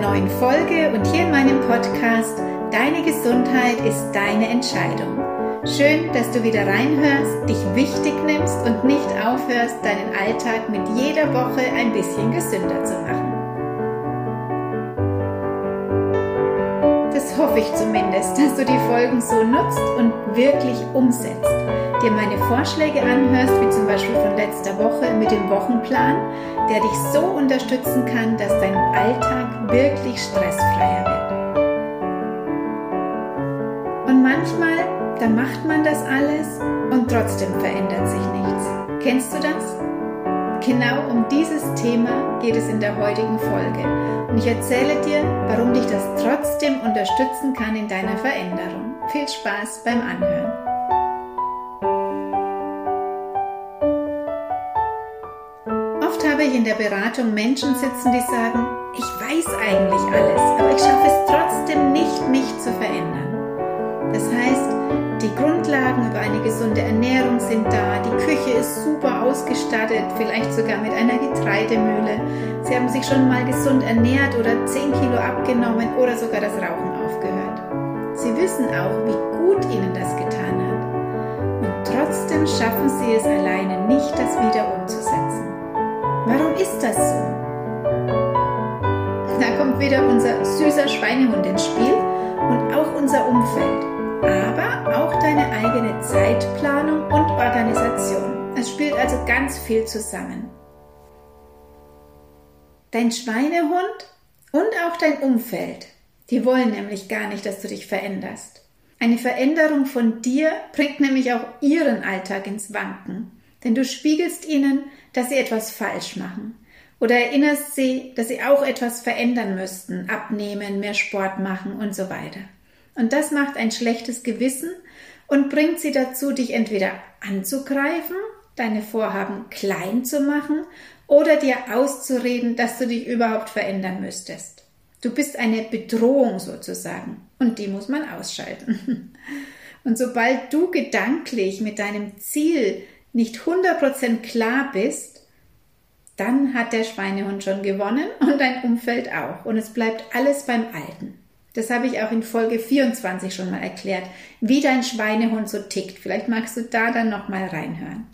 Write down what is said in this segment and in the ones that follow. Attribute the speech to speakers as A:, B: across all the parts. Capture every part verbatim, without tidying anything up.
A: neuen Folge und hier in meinem Podcast Deine Gesundheit ist deine Entscheidung. Schön, dass du wieder reinhörst, dich wichtig nimmst und nicht aufhörst, deinen Alltag mit jeder Woche ein bisschen gesünder zu machen. Das hoffe ich zumindest, dass du die Folgen so nutzt und wirklich umsetzt. Dir meine Vorschläge anhörst, wie zum Beispiel von letzter Woche mit dem Wochenplan, der dich so unterstützen kann, dass dein Alltag wirklich stressfreier wird. Und manchmal, da macht man das alles und trotzdem verändert sich nichts. Kennst du das? Genau um dieses Thema geht es in der heutigen Folge. Und ich erzähle dir, warum dich das trotzdem unterstützen kann in deiner Veränderung. Viel Spaß beim Anhören. Oft habe ich in der Beratung Menschen sitzen, die sagen, ich weiß eigentlich alles, aber ich schaffe es trotzdem nicht, mich zu verändern. Das heißt, die Grundlagen über eine gesunde Ernährung sind da, die Küche ist super ausgestattet, vielleicht sogar mit einer Getreidemühle. Sie haben sich schon mal gesund ernährt oder zehn Kilo abgenommen oder sogar das Rauchen aufgehört. Sie wissen auch, wie gut ihnen das getan hat. Und trotzdem schaffen sie es alleine nicht, das wieder umzusetzen. Warum ist das so? Da kommt wieder unser süßer Schweinehund ins Spiel und auch unser Umfeld. Aber auch deine eigene Zeitplanung und Organisation. Es spielt also ganz viel zusammen. Dein Schweinehund und auch dein Umfeld, die wollen nämlich gar nicht, dass du dich veränderst. Eine Veränderung von dir bringt nämlich auch ihren Alltag ins Wanken. Denn du spiegelst ihnen, dass sie etwas falsch machen. Oder erinnerst sie, dass sie auch etwas verändern müssten, abnehmen, mehr Sport machen und so weiter. Und das macht ein schlechtes Gewissen und bringt sie dazu, dich entweder anzugreifen, deine Vorhaben klein zu machen oder dir auszureden, dass du dich überhaupt verändern müsstest. Du bist eine Bedrohung sozusagen und die muss man ausschalten. Und sobald du gedanklich mit deinem Ziel nicht hundert Prozent klar bist, dann hat der Schweinehund schon gewonnen und dein Umfeld auch. Und es bleibt alles beim Alten. Das habe ich auch in Folge vierundzwanzig schon mal erklärt, wie dein Schweinehund so tickt. Vielleicht magst du da dann nochmal reinhören.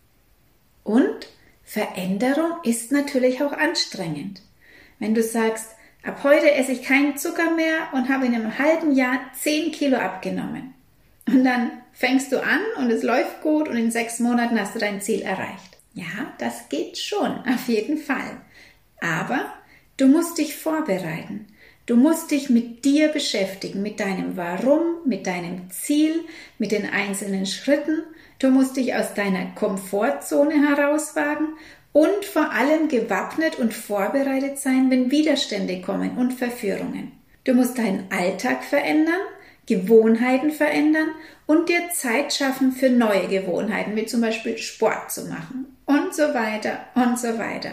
A: Und Veränderung ist natürlich auch anstrengend. Wenn du sagst, ab heute esse ich keinen Zucker mehr und habe in einem halben Jahr zehn Kilo abgenommen. Und dann fängst du an und es läuft gut und in sechs Monaten hast du dein Ziel erreicht. Ja, das geht schon, auf jeden Fall. Aber du musst dich vorbereiten. Du musst dich mit dir beschäftigen, mit deinem Warum, mit deinem Ziel, mit den einzelnen Schritten. Du musst dich aus deiner Komfortzone herauswagen und vor allem gewappnet und vorbereitet sein, wenn Widerstände kommen und Verführungen. Du musst deinen Alltag verändern, Gewohnheiten verändern und dir Zeit schaffen für neue Gewohnheiten, wie zum Beispiel Sport zu machen und so weiter und so weiter.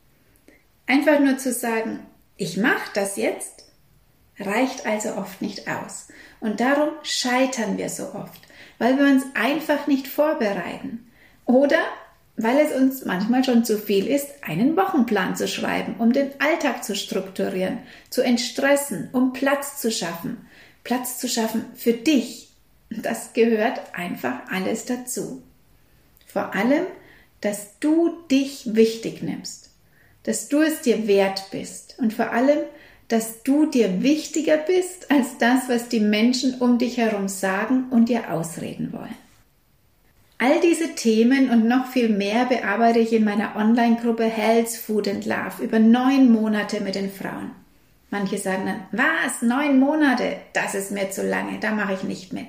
A: Einfach nur zu sagen, ich mache das jetzt, reicht also oft nicht aus. Und darum scheitern wir so oft, weil wir uns einfach nicht vorbereiten. Oder weil es uns manchmal schon zu viel ist, einen Wochenplan zu schreiben, um den Alltag zu strukturieren, zu entstressen, um Platz zu schaffen. Platz zu schaffen für dich. Das gehört einfach alles dazu. Vor allem, dass du dich wichtig nimmst, dass du es dir wert bist und vor allem, dass du dir wichtiger bist als das, was die Menschen um dich herum sagen und dir ausreden wollen. All diese Themen und noch viel mehr bearbeite ich in meiner Online-Gruppe Health, Food and Love über neun Monate mit den Frauen. Manche sagen dann, was, neun Monate, das ist mir zu lange, da mache ich nicht mit.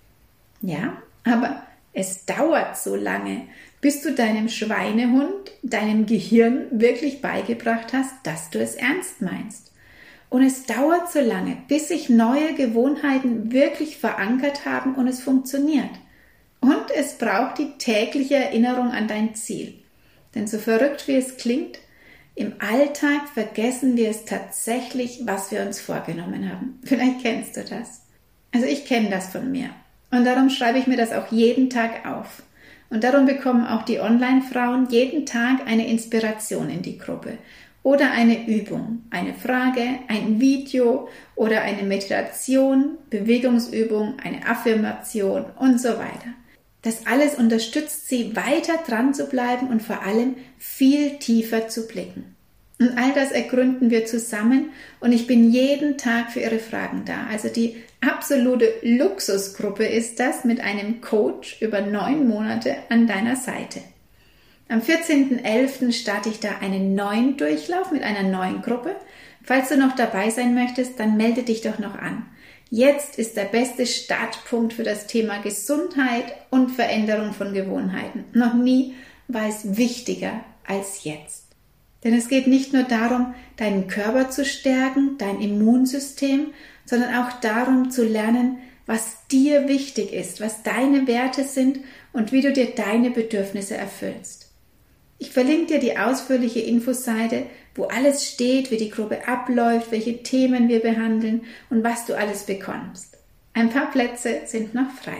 A: Ja, aber es dauert so lange, bis du deinem Schweinehund, deinem Gehirn wirklich beigebracht hast, dass du es ernst meinst. Und es dauert so lange, bis sich neue Gewohnheiten wirklich verankert haben und es funktioniert. Und es braucht die tägliche Erinnerung an dein Ziel. Denn so verrückt wie es klingt, im Alltag vergessen wir es tatsächlich, was wir uns vorgenommen haben. Vielleicht kennst du das. Also ich kenne das von mir. Und darum schreibe ich mir das auch jeden Tag auf. Und darum bekommen auch die Online-Frauen jeden Tag eine Inspiration in die Gruppe. oder eine Übung, eine Frage, ein Video oder eine Meditation, Bewegungsübung, eine Affirmation und so weiter. Das alles unterstützt sie, weiter dran zu bleiben und vor allem viel tiefer zu blicken. Und all das ergründen wir zusammen und ich bin jeden Tag für Ihre Fragen da. Also die absolute Luxusgruppe ist das mit einem Coach über neun Monate an deiner Seite. Am vierzehnten elften starte ich da einen neuen Durchlauf mit einer neuen Gruppe. Falls du noch dabei sein möchtest, dann melde dich doch noch an. Jetzt ist der beste Startpunkt für das Thema Gesundheit und Veränderung von Gewohnheiten. Noch nie war es wichtiger als jetzt. Denn es geht nicht nur darum, deinen Körper zu stärken, dein Immunsystem, sondern auch darum zu lernen, was dir wichtig ist, was deine Werte sind und wie du dir deine Bedürfnisse erfüllst. Ich verlinke dir die ausführliche Infoseite, wo alles steht, wie die Gruppe abläuft, welche Themen wir behandeln und was du alles bekommst. Ein paar Plätze sind noch frei.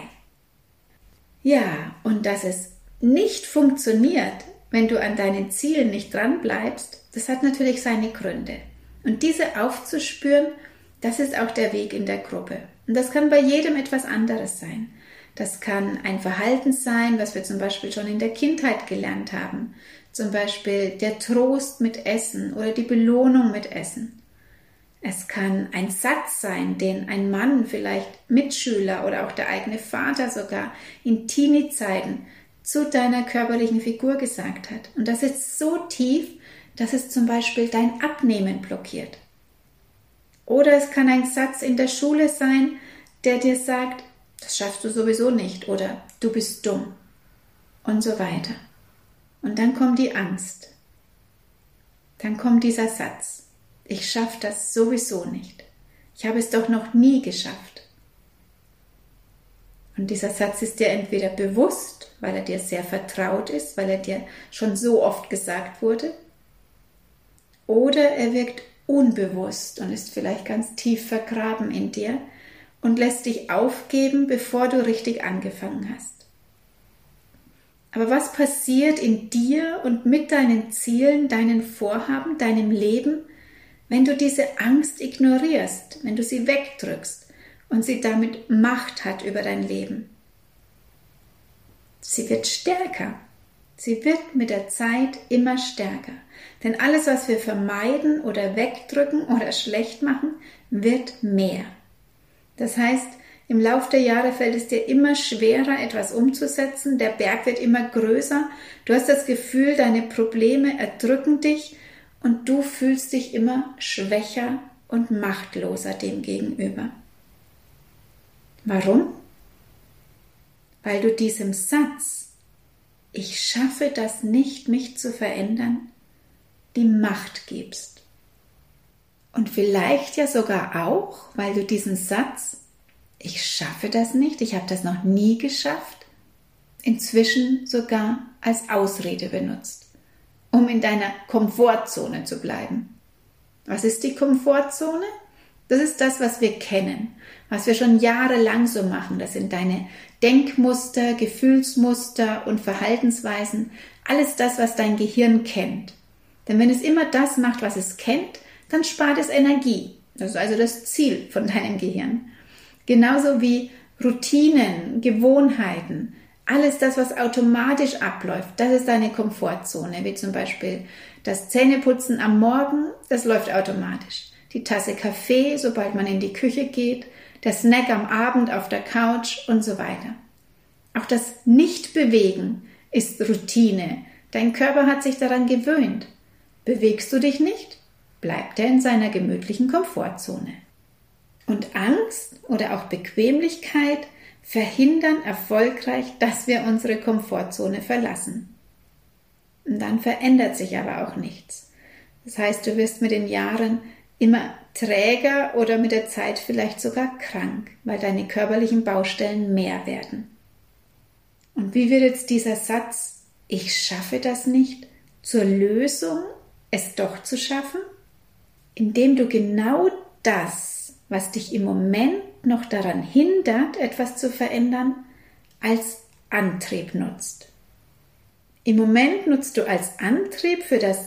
A: Ja, und dass es nicht funktioniert, wenn du an deinen Zielen nicht dran bleibst, das hat natürlich seine Gründe. Und diese aufzuspüren, das ist auch der Weg in der Gruppe. Und das kann bei jedem etwas anderes sein. Das kann ein Verhalten sein, was wir zum Beispiel schon in der Kindheit gelernt haben. Zum Beispiel der Trost mit Essen oder die Belohnung mit Essen. Es kann ein Satz sein, den ein Mann, vielleicht Mitschüler oder auch der eigene Vater sogar in Teenie-Zeiten zu deiner körperlichen Figur gesagt hat. Und das ist so tief, dass es zum Beispiel dein Abnehmen blockiert. Oder es kann ein Satz in der Schule sein, der dir sagt, das schaffst du sowieso nicht oder du bist dumm und so weiter. Und dann kommt die Angst. Dann kommt dieser Satz, ich schaffe das sowieso nicht. Ich habe es doch noch nie geschafft. Und dieser Satz ist dir entweder bewusst, weil er dir sehr vertraut ist, weil er dir schon so oft gesagt wurde, oder er wirkt unbewusst und ist vielleicht ganz tief vergraben in dir und lässt dich aufgeben, bevor du richtig angefangen hast. Aber was passiert in dir und mit deinen Zielen, deinen Vorhaben, deinem Leben, wenn du diese Angst ignorierst, wenn du sie wegdrückst und sie damit Macht hat über dein Leben? Sie wird stärker. Sie wird mit der Zeit immer stärker. Denn alles, was wir vermeiden oder wegdrücken oder schlecht machen, wird mehr. Das heißt, im Lauf der Jahre fällt es dir immer schwerer, etwas umzusetzen. Der Berg wird immer größer. Du hast das Gefühl, deine Probleme erdrücken dich und du fühlst dich immer schwächer und machtloser dem gegenüber. Warum? Weil du diesem Satz, ich schaffe das nicht, mich zu verändern, die Macht gibst. Und vielleicht ja sogar auch, weil du diesen Satz, ich schaffe das nicht, ich habe das noch nie geschafft, inzwischen sogar als Ausrede benutzt, um in deiner Komfortzone zu bleiben. Was ist die Komfortzone? Das ist das, was wir kennen, was wir schon jahrelang so machen. Das sind deine Denkmuster, Gefühlsmuster und Verhaltensweisen, alles das, was dein Gehirn kennt. Denn wenn es immer das macht, was es kennt, dann spart es Energie. Das ist also das Ziel von deinem Gehirn. Genauso wie Routinen, Gewohnheiten, alles das, was automatisch abläuft, das ist deine Komfortzone, wie zum Beispiel das Zähneputzen am Morgen, das läuft automatisch. Die Tasse Kaffee, sobald man in die Küche geht, der Snack am Abend auf der Couch und so weiter. Auch das Nichtbewegen ist Routine. Dein Körper hat sich daran gewöhnt. Bewegst du dich nicht, bleibt er in seiner gemütlichen Komfortzone. Und Angst oder auch Bequemlichkeit verhindern erfolgreich, dass wir unsere Komfortzone verlassen. Und dann verändert sich aber auch nichts. Das heißt, du wirst mit den Jahren immer träger oder mit der Zeit vielleicht sogar krank, weil deine körperlichen Baustellen mehr werden. Und wie wird jetzt dieser Satz, ich schaffe das nicht, zur Lösung, es doch zu schaffen? Indem du genau das, was dich im Moment noch daran hindert, etwas zu verändern, als Antrieb nutzt. Im Moment nutzt du als Antrieb für das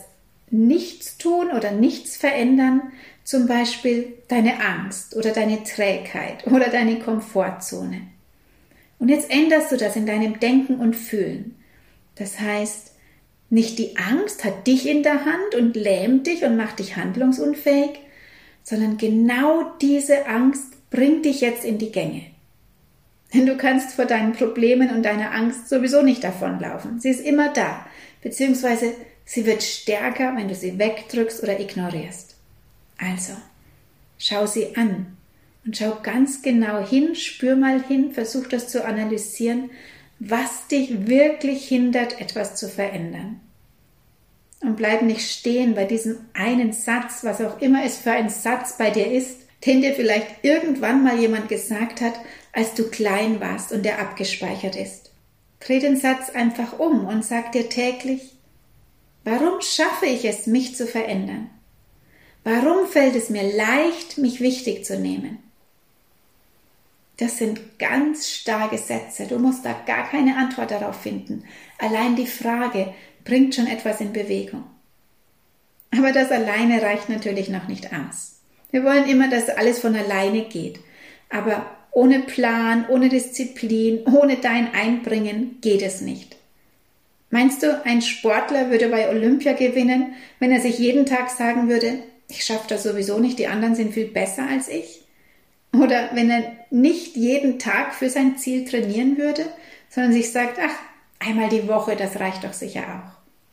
A: nichts tun oder nichts verändern, zum Beispiel deine Angst oder deine Trägheit oder deine Komfortzone. Und jetzt änderst du das in deinem Denken und Fühlen. Das heißt, nicht die Angst hat dich in der Hand und lähmt dich und macht dich handlungsunfähig, sondern genau diese Angst bringt dich jetzt in die Gänge. Denn du kannst vor deinen Problemen und deiner Angst sowieso nicht davonlaufen. Sie ist immer da, beziehungsweise sie wird stärker, wenn du sie wegdrückst oder ignorierst. Also, schau sie an und schau ganz genau hin, spür mal hin, versuch das zu analysieren, was dich wirklich hindert, etwas zu verändern. Und bleib nicht stehen bei diesem einen Satz, was auch immer es für ein Satz bei dir ist, den dir vielleicht irgendwann mal jemand gesagt hat, als du klein warst und der abgespeichert ist. Dreh den Satz einfach um und sag dir täglich, warum schaffe ich es, mich zu verändern? Warum fällt es mir leicht, mich wichtig zu nehmen? Das sind ganz starke Sätze. Du musst da gar keine Antwort darauf finden. Allein die Frage bringt schon etwas in Bewegung. Aber das alleine reicht natürlich noch nicht aus. Wir wollen immer, dass alles von alleine geht. Aber ohne Plan, ohne Disziplin, ohne dein Einbringen geht es nicht. Meinst du, ein Sportler würde bei Olympia gewinnen, wenn er sich jeden Tag sagen würde, ich schaffe das sowieso nicht, die anderen sind viel besser als ich? Oder wenn er nicht jeden Tag für sein Ziel trainieren würde, sondern sich sagt, ach, einmal die Woche, das reicht doch sicher auch.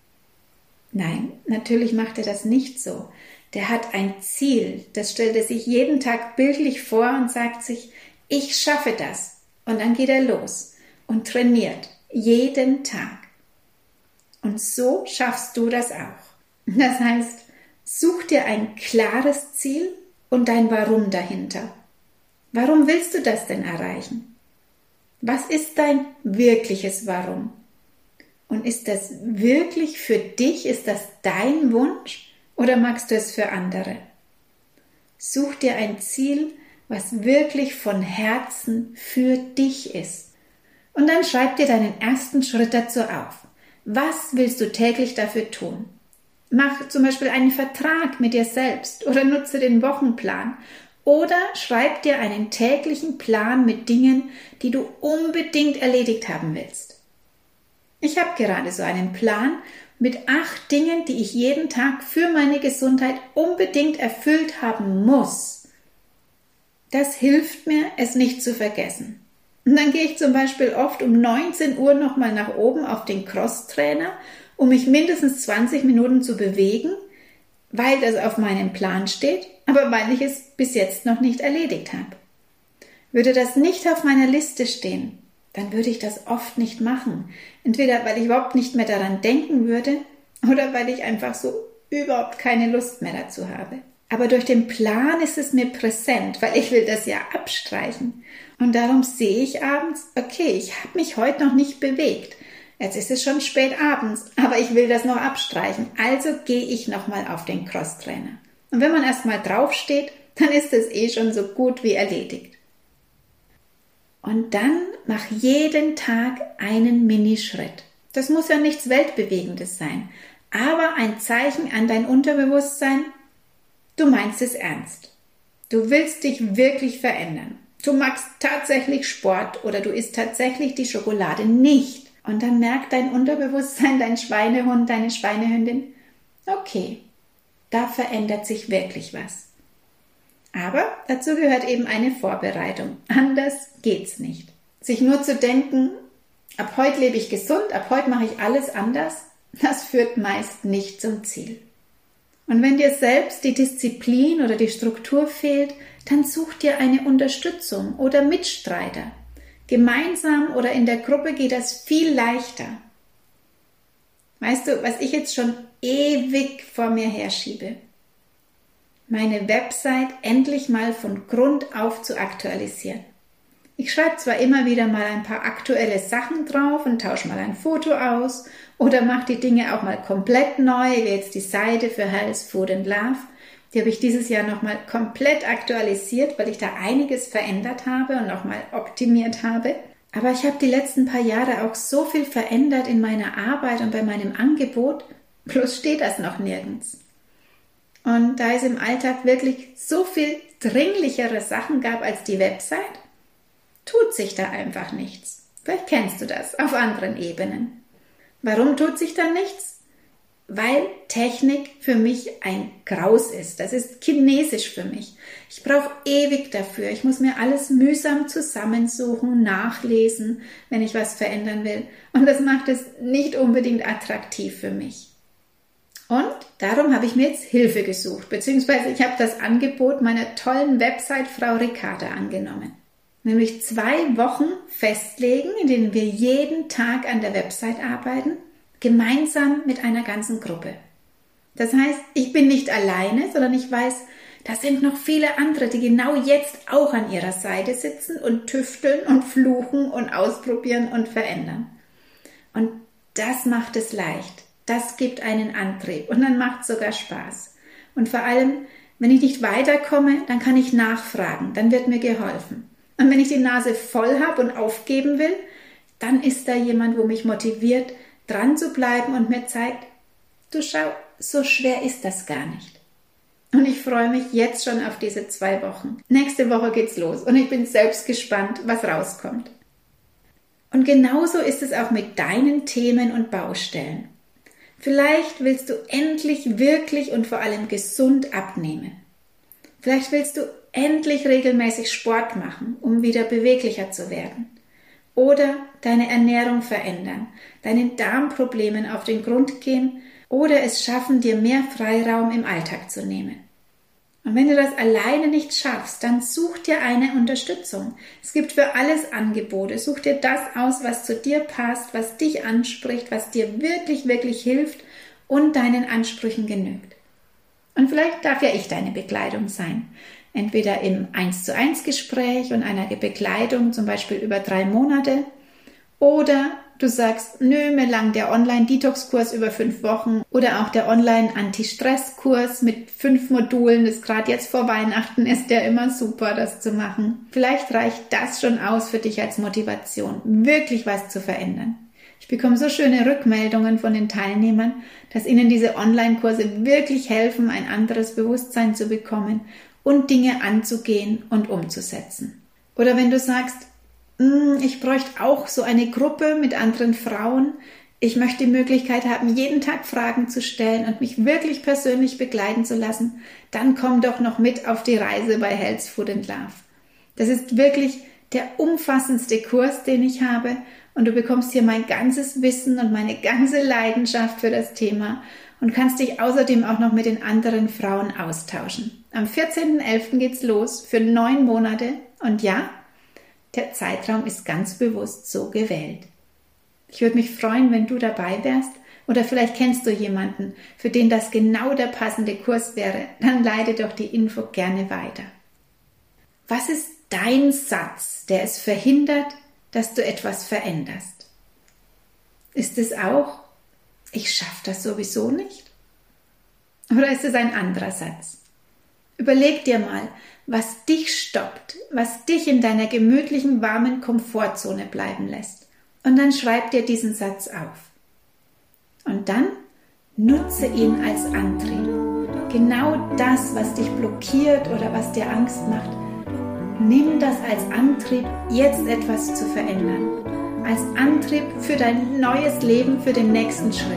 A: Nein, natürlich macht er das nicht so. Der hat ein Ziel, das stellt er sich jeden Tag bildlich vor und sagt sich, ich schaffe das. Und dann geht er los und trainiert jeden Tag. Und so schaffst du das auch. Das heißt, such dir ein klares Ziel und dein Warum dahinter. Warum willst du das denn erreichen? Was ist dein wirkliches Warum? Und ist das wirklich für dich? Ist das dein Wunsch? Oder magst du es für andere? Such dir ein Ziel, was wirklich von Herzen für dich ist. Und dann schreib dir deinen ersten Schritt dazu auf. Was willst du täglich dafür tun? Mach zum Beispiel einen Vertrag mit dir selbst oder nutze den Wochenplan oder schreib dir einen täglichen Plan mit Dingen, die du unbedingt erledigt haben willst. Ich habe gerade so einen Plan mit acht Dingen, die ich jeden Tag für meine Gesundheit unbedingt erfüllt haben muss. Das hilft mir, es nicht zu vergessen. Und dann gehe ich zum Beispiel oft um neunzehn Uhr nochmal nach oben auf den Crosstrainer, um mich mindestens zwanzig Minuten zu bewegen, weil das auf meinem Plan steht, aber weil ich es bis jetzt noch nicht erledigt habe. Würde das nicht auf meiner Liste stehen, dann würde ich das oft nicht machen. Entweder weil ich überhaupt nicht mehr daran denken würde oder weil ich einfach so überhaupt keine Lust mehr dazu habe. Aber durch den Plan ist es mir präsent, weil ich will das ja abstreichen. Und darum sehe ich abends, okay, ich habe mich heute noch nicht bewegt. Jetzt ist es schon spät abends, aber ich will das noch abstreichen. Also gehe ich nochmal auf den Crosstrainer. Und wenn man erstmal draufsteht, dann ist es eh schon so gut wie erledigt. Und dann mach jeden Tag einen Minischritt. Das muss ja nichts Weltbewegendes sein, aber ein Zeichen an dein Unterbewusstsein, du meinst es ernst. Du willst dich wirklich verändern. Du magst tatsächlich Sport oder du isst tatsächlich die Schokolade nicht. Und dann merkt dein Unterbewusstsein, dein Schweinehund, deine Schweinehündin, okay, da verändert sich wirklich was. Aber dazu gehört eben eine Vorbereitung. Anders geht's nicht. Sich nur zu denken, ab heute lebe ich gesund, ab heute mache ich alles anders, das führt meist nicht zum Ziel. Und wenn dir selbst die Disziplin oder die Struktur fehlt, dann such dir eine Unterstützung oder Mitstreiter. Gemeinsam oder in der Gruppe geht das viel leichter. Weißt du, was ich jetzt schon ewig vor mir herschiebe? Meine Website endlich mal von Grund auf zu aktualisieren. Ich schreibe zwar immer wieder mal ein paar aktuelle Sachen drauf und tausche mal ein Foto aus oder mache die Dinge auch mal komplett neu, wie jetzt die Seite für Health, Food and Love. Die habe ich dieses Jahr nochmal komplett aktualisiert, weil ich da einiges verändert habe und nochmal optimiert habe. Aber ich habe die letzten paar Jahre auch so viel verändert in meiner Arbeit und bei meinem Angebot, Bloß steht das noch nirgends. Und da es im Alltag wirklich so viel dringlichere Sachen gab als die Website, tut sich da einfach nichts. Vielleicht kennst du das auf anderen Ebenen. Warum tut sich da nichts? Weil Technik für mich ein Graus ist. Das ist chinesisch für mich. Ich brauche ewig dafür. Ich muss mir alles mühsam zusammensuchen, nachlesen, wenn ich was verändern will. Und das macht es nicht unbedingt attraktiv für mich. Und darum habe ich mir jetzt Hilfe gesucht, beziehungsweise ich habe das Angebot meiner tollen Website Frau Ricarda angenommen. Nämlich zwei Wochen festlegen, in denen wir jeden Tag an der Website arbeiten, gemeinsam mit einer ganzen Gruppe. Das heißt, ich bin nicht alleine, sondern ich weiß, da sind noch viele andere, die genau jetzt auch an ihrer Seite sitzen und tüfteln und fluchen und ausprobieren und verändern. Und das macht es leicht. Das gibt einen Antrieb und dann macht es sogar Spaß. Und vor allem, wenn ich nicht weiterkomme, dann kann ich nachfragen, dann wird mir geholfen. Und wenn ich die Nase voll habe und aufgeben will, dann ist da jemand, wo mich motiviert, dran zu bleiben und mir zeigt, du schau, so schwer ist das gar nicht. Und ich freue mich jetzt schon auf diese zwei Wochen. Nächste Woche geht's los und ich bin selbst gespannt, was rauskommt. Und genauso ist es auch mit deinen Themen und Baustellen. Vielleicht willst du endlich wirklich und vor allem gesund abnehmen. Vielleicht willst du endlich regelmäßig Sport machen, um wieder beweglicher zu werden. Oder deine Ernährung verändern, deinen Darmproblemen auf den Grund gehen oder es schaffen, dir mehr Freiraum im Alltag zu nehmen. Und wenn du das alleine nicht schaffst, dann such dir eine Unterstützung. Es gibt für alles Angebote. Such dir das aus, was zu dir passt, was dich anspricht, was dir wirklich, wirklich hilft und deinen Ansprüchen genügt. Und vielleicht darf ja ich deine Begleitung sein. Entweder im eins zu eins Gespräch und einer Begleitung, zum Beispiel über drei Monate, oder du sagst, nö, mir langt der Online-Detox-Kurs über fünf Wochen oder auch der Online-Anti-Stress-Kurs mit fünf Modulen, das gerade jetzt vor Weihnachten ist, der immer super, das zu machen. Vielleicht reicht das schon aus für dich als Motivation, wirklich was zu verändern. Ich bekomme so schöne Rückmeldungen von den Teilnehmern, dass ihnen diese Online-Kurse wirklich helfen, ein anderes Bewusstsein zu bekommen und Dinge anzugehen und umzusetzen. Oder wenn du sagst, ich bräuchte auch so eine Gruppe mit anderen Frauen. Ich möchte die Möglichkeit haben, jeden Tag Fragen zu stellen und mich wirklich persönlich begleiten zu lassen. Dann komm doch noch mit auf die Reise bei Health, Food and Love. Das ist wirklich der umfassendste Kurs, den ich habe. Und du bekommst hier mein ganzes Wissen und meine ganze Leidenschaft für das Thema und kannst dich außerdem auch noch mit den anderen Frauen austauschen. Am vierzehnten elften geht's los für neun Monate. Und ja, der Zeitraum ist ganz bewusst so gewählt. Ich würde mich freuen, wenn du dabei wärst oder vielleicht kennst du jemanden, für den das genau der passende Kurs wäre. Dann leite doch die Info gerne weiter. Was ist dein Satz, der es verhindert, dass du etwas veränderst? Ist es auch, ich schaffe das sowieso nicht? Oder ist es ein anderer Satz? Überleg dir mal, was dich stoppt, was dich in deiner gemütlichen, warmen Komfortzone bleiben lässt. Und dann schreib dir diesen Satz auf. Und dann nutze ihn als Antrieb. Genau das, was dich blockiert oder was dir Angst macht, nimm das als Antrieb, jetzt etwas zu verändern. Als Antrieb für dein neues Leben, für den nächsten Schritt.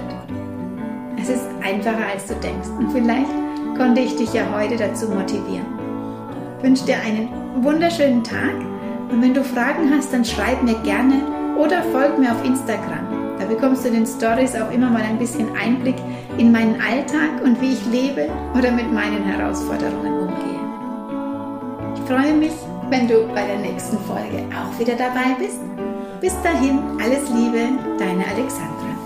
A: Es ist einfacher, als du denkst. Und vielleicht konnte ich dich ja heute dazu motivieren. Ich wünsche dir einen wunderschönen Tag und wenn du Fragen hast, dann schreib mir gerne oder folg mir auf Instagram. Da bekommst du in den Stories auch immer mal ein bisschen Einblick in meinen Alltag und wie ich lebe oder mit meinen Herausforderungen umgehe. Ich freue mich, wenn du bei der nächsten Folge auch wieder dabei bist. Bis dahin, alles Liebe, deine Alexandra.